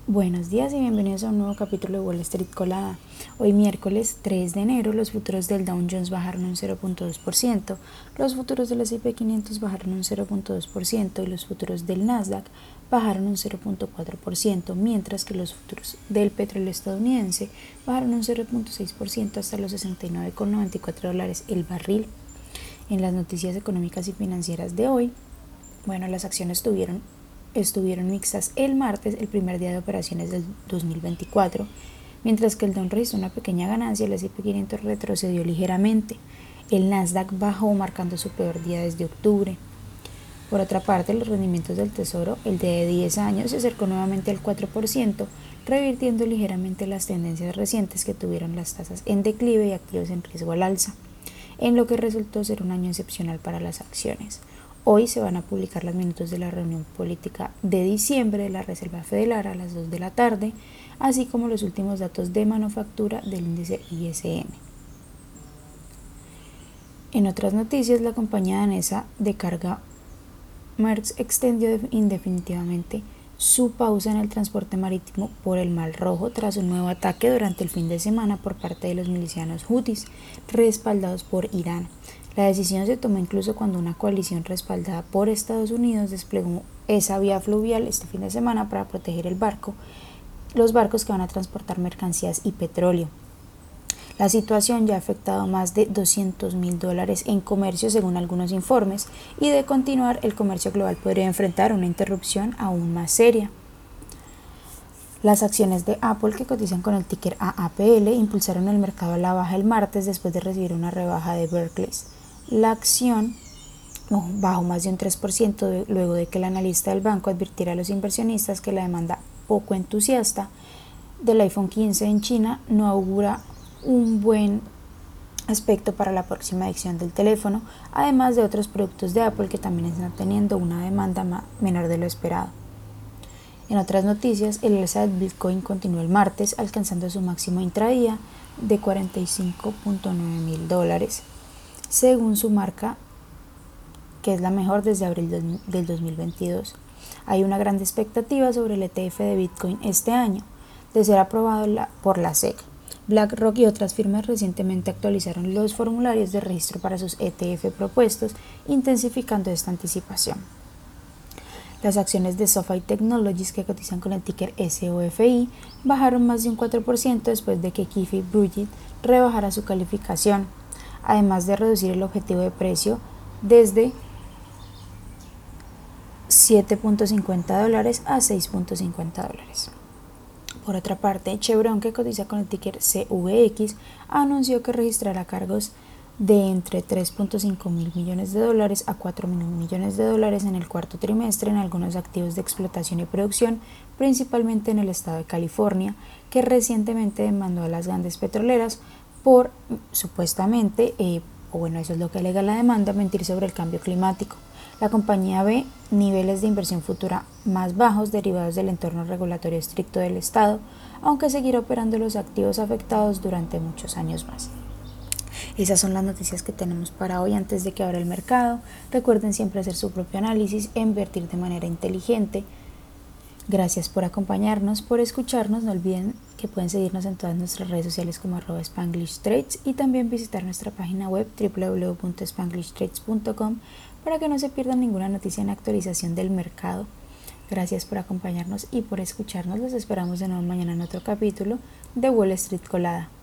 Buenos días y bienvenidos a un nuevo capítulo de Wall Street Colada. Hoy miércoles 3 de enero los futuros del Dow Jones bajaron un 0.2%, los futuros del S&P 500 bajaron un 0.2% y los futuros del Nasdaq bajaron un 0.4%, mientras que los futuros del petróleo estadounidense bajaron un 0.6% hasta los $69.94 el barril. En las noticias económicas y financieras de hoy, las acciones estuvieron mixtas el martes, el primer día de operaciones del 2024, mientras que el Dow registró una pequeña ganancia, el S&P 500 retrocedió ligeramente, el Nasdaq bajó marcando su peor día desde octubre. Por otra parte, los rendimientos del Tesoro, el de 10 años, se acercó nuevamente al 4%, revirtiendo ligeramente las tendencias recientes que tuvieron las tasas en declive y activos en riesgo al alza, en lo que resultó ser un año excepcional para las acciones. Hoy se van a publicar los minutos de la reunión política de diciembre de la Reserva Federal a las 2 de la tarde, así como los últimos datos de manufactura del índice ISM. En otras noticias, la compañía danesa de carga Maersk extendió indefinitivamente su pausa en el transporte marítimo por el Mar Rojo tras un nuevo ataque durante el fin de semana por parte de los milicianos hutis, respaldados por Irán. La decisión se tomó incluso cuando una coalición respaldada por Estados Unidos desplegó esa vía fluvial este fin de semana para proteger los barcos que van a transportar mercancías y petróleo. La situación ya ha afectado más de $200.000 en comercio según algunos informes, y de continuar el comercio global podría enfrentar una interrupción aún más seria. Las acciones de Apple, que cotizan con el ticker AAPL, impulsaron el mercado a la baja el martes después de recibir una rebaja de Berkeley. La acción bajó más de un 3% luego de que el analista del banco advirtiera a los inversionistas que la demanda poco entusiasta del iPhone 15 en China no augura un buen aspecto para la próxima edición del teléfono, además de otros productos de Apple que también están teniendo una demanda menor de lo esperado. En otras noticias, el alza del Bitcoin continuó el martes, alcanzando su máximo intradía de $45.9.000, según su marca, que es la mejor desde abril del 2022. Hay una gran expectativa sobre el ETF de Bitcoin este año, de ser aprobado por la SEC. BlackRock y otras firmas recientemente actualizaron los formularios de registro para sus ETF propuestos, intensificando esta anticipación. Las acciones de SoFi Technologies, que cotizan con el ticker SOFI, bajaron más de un 4% después de que Keefe Brugit rebajara su calificación, además de reducir el objetivo de precio desde $7.50 a $6.50. Por otra parte, Chevron, que cotiza con el ticker CVX, anunció que registrará cargos de entre $3.5 mil millones a $4 mil millones en el cuarto trimestre en algunos activos de explotación y producción, principalmente en el estado de California, que recientemente demandó a las grandes petroleras por, supuestamente, eso es lo que alega la demanda, mentir sobre el cambio climático. La compañía ve niveles de inversión futura más bajos derivados del entorno regulatorio estricto del Estado, aunque seguirá operando los activos afectados durante muchos años más. Esas son las noticias que tenemos para hoy antes de que abra el mercado. Recuerden siempre hacer su propio análisis e invertir de manera inteligente. Gracias por acompañarnos, por escucharnos. No olviden que pueden seguirnos en todas nuestras redes sociales como @SpanglishTrades y también visitar nuestra página web www.spanglishtrades.com para que no se pierdan ninguna noticia en actualización del mercado. Gracias por acompañarnos y por escucharnos. Los esperamos de nuevo mañana en otro capítulo de Wall Street Colada.